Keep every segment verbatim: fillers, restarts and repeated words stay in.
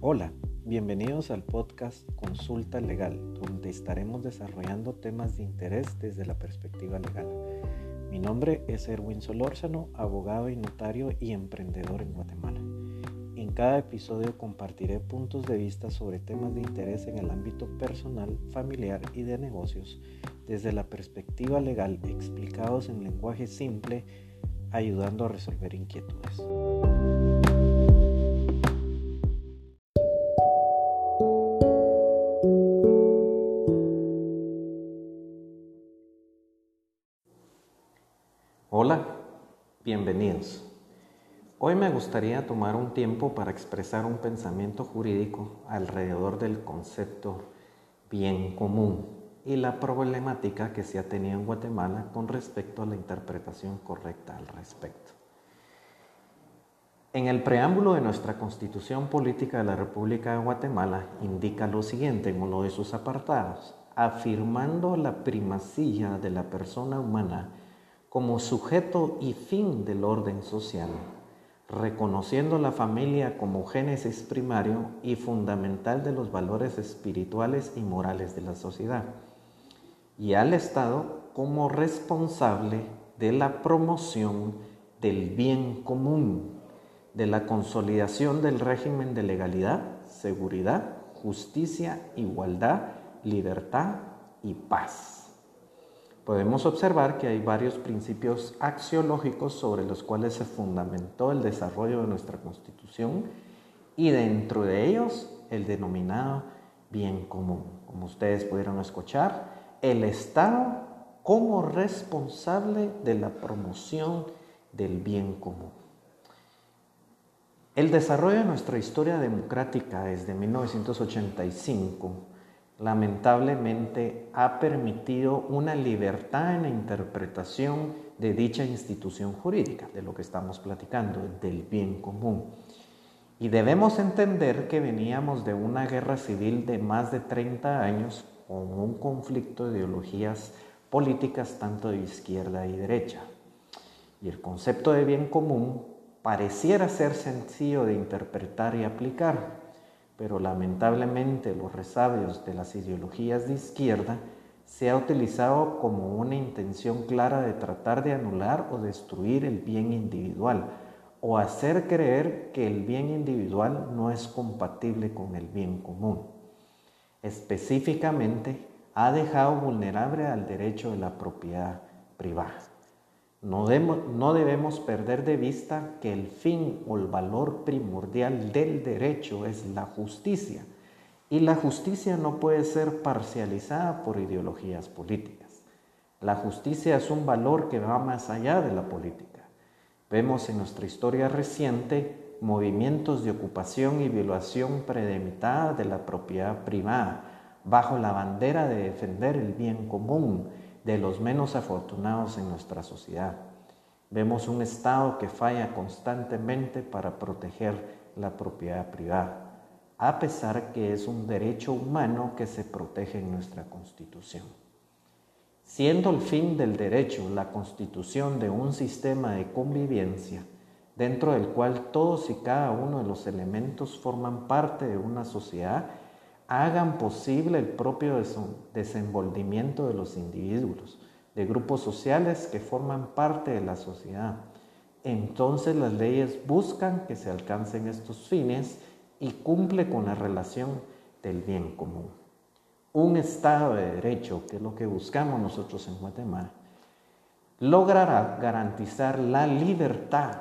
Hola, bienvenidos al podcast Consulta Legal, donde estaremos desarrollando temas de interés desde la perspectiva legal. Mi nombre es Erwin Solórzano, abogado y notario y emprendedor en Guatemala. En cada episodio compartiré puntos de vista sobre temas de interés en el ámbito personal, familiar y de negocios, desde la perspectiva legal explicados en lenguaje simple, ayudando a resolver inquietudes. Hola, bienvenidos. Hoy me gustaría tomar un tiempo para expresar un pensamiento jurídico alrededor del concepto bien común y la problemática que se ha tenido en Guatemala con respecto a la interpretación correcta al respecto. En el preámbulo de nuestra Constitución Política de la República de Guatemala indica lo siguiente en uno de sus apartados, afirmando la primacía de la persona humana como sujeto y fin del orden social, reconociendo la familia como génesis primario y fundamental de los valores espirituales y morales de la sociedad, y al Estado como responsable de la promoción del bien común, de la consolidación del régimen de legalidad, seguridad, justicia, igualdad, libertad y paz. Podemos observar que hay varios principios axiológicos sobre los cuales se fundamentó el desarrollo de nuestra Constitución y dentro de ellos el denominado bien común. Como ustedes pudieron escuchar, el Estado como responsable de la promoción del bien común. El desarrollo de nuestra historia democrática desde mil novecientos ochenta y cinco lamentablemente ha permitido una libertad en la interpretación de dicha institución jurídica, de lo que estamos platicando, del bien común. Y debemos entender que veníamos de una guerra civil de más de treinta años con un conflicto de ideologías políticas tanto de izquierda y derecha. Y el concepto de bien común pareciera ser sencillo de interpretar y aplicar, pero lamentablemente los resabios de las ideologías de izquierda se ha utilizado como una intención clara de tratar de anular o destruir el bien individual o hacer creer que el bien individual no es compatible con el bien común. Específicamente, ha dejado vulnerable al derecho de la propiedad privada. No debemos, no debemos perder de vista que el fin o el valor primordial del derecho es la justicia, y la justicia no puede ser parcializada por ideologías políticas. La justicia es un valor que va más allá de la política. Vemos en nuestra historia reciente movimientos de ocupación y violación premeditada de la propiedad privada, bajo la bandera de defender el bien común de los menos afortunados en nuestra sociedad. Vemos un Estado que falla constantemente para proteger la propiedad privada, a pesar que es un derecho humano que se protege en nuestra Constitución. Siendo el fin del derecho la constitución de un sistema de convivencia, dentro del cual todos y cada uno de los elementos forman parte de una sociedad, hagan posible el propio desenvolvimiento de los individuos, de grupos sociales que forman parte de la sociedad. Entonces las leyes buscan que se alcancen estos fines y cumple con la relación del bien común. Un Estado de Derecho, que es lo que buscamos nosotros en Guatemala, logrará garantizar la libertad,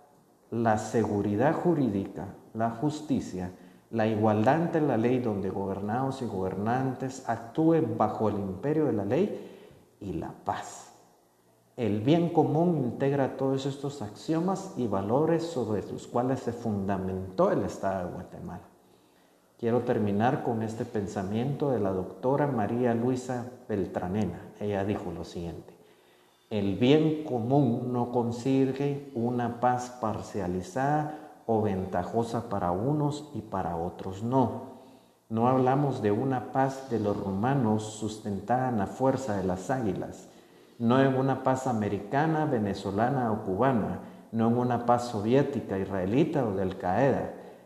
la seguridad jurídica, la justicia, la igualdad ante la ley, donde gobernados y gobernantes actúen bajo el imperio de la ley, y la paz. El bien común integra todos estos axiomas y valores sobre los cuales se fundamentó el Estado de Guatemala. Quiero terminar con este pensamiento de la doctora María Luisa Beltranena. Ella dijo lo siguiente: el bien común no consigue una paz parcializada o ventajosa para unos y para otros no. No hablamos de una paz de los romanos sustentada en la fuerza de las águilas, no en una paz americana, venezolana o cubana, no en una paz soviética, israelita o de Al Qaeda.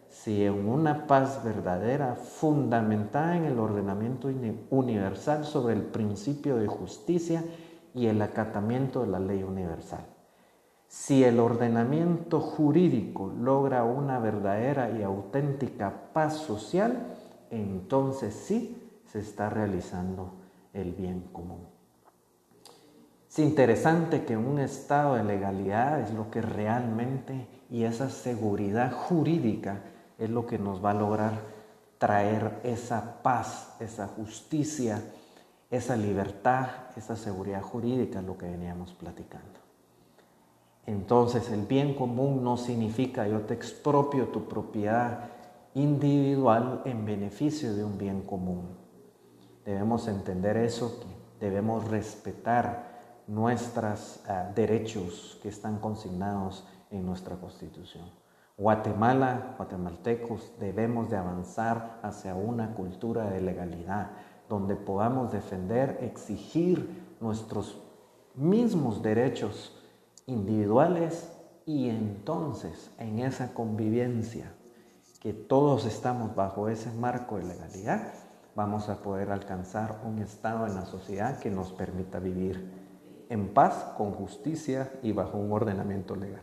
si en una paz verdadera fundamentada en el ordenamiento universal sobre el principio de justicia y el acatamiento de la ley universal. Si el ordenamiento jurídico logra una verdadera y auténtica paz social, entonces sí se está realizando el bien común. Es interesante que un estado de legalidad es lo que realmente, y esa seguridad jurídica es lo que nos va a lograr traer esa paz, esa justicia, esa libertad, esa seguridad jurídica, lo que veníamos platicando. Entonces, el bien común no significa yo te expropio tu propiedad individual en beneficio de un bien común. Debemos entender eso, que debemos respetar nuestros uh, derechos que están consignados en nuestra Constitución. Guatemala, guatemaltecos, debemos de avanzar hacia una cultura de legalidad, donde podamos defender, exigir nuestros mismos derechos individuales, y entonces en esa convivencia que todos estamos bajo ese marco de legalidad, vamos a poder alcanzar un estado en la sociedad que nos permita vivir en paz, con justicia y bajo un ordenamiento legal.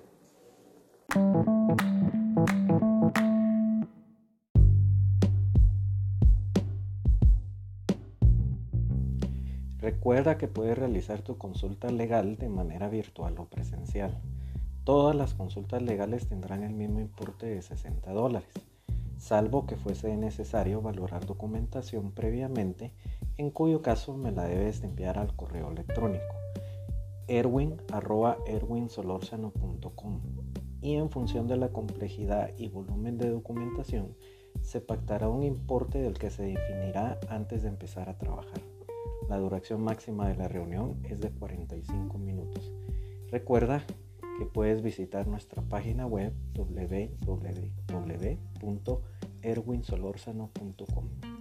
Recuerda que puedes realizar tu consulta legal de manera virtual o presencial. Todas las consultas legales tendrán el mismo importe de sesenta dólares, salvo que fuese necesario valorar documentación previamente, en cuyo caso me la debes de enviar al correo electrónico erwin arroba erwinsolorzano punto com, y en función de la complejidad y volumen de documentación se pactará un importe del que se definirá antes de empezar a trabajar. La duración máxima de la reunión es de cuarenta y cinco minutos. Recuerda que puedes visitar nuestra página web doble u doble u doble u punto erwinsolorzano punto com.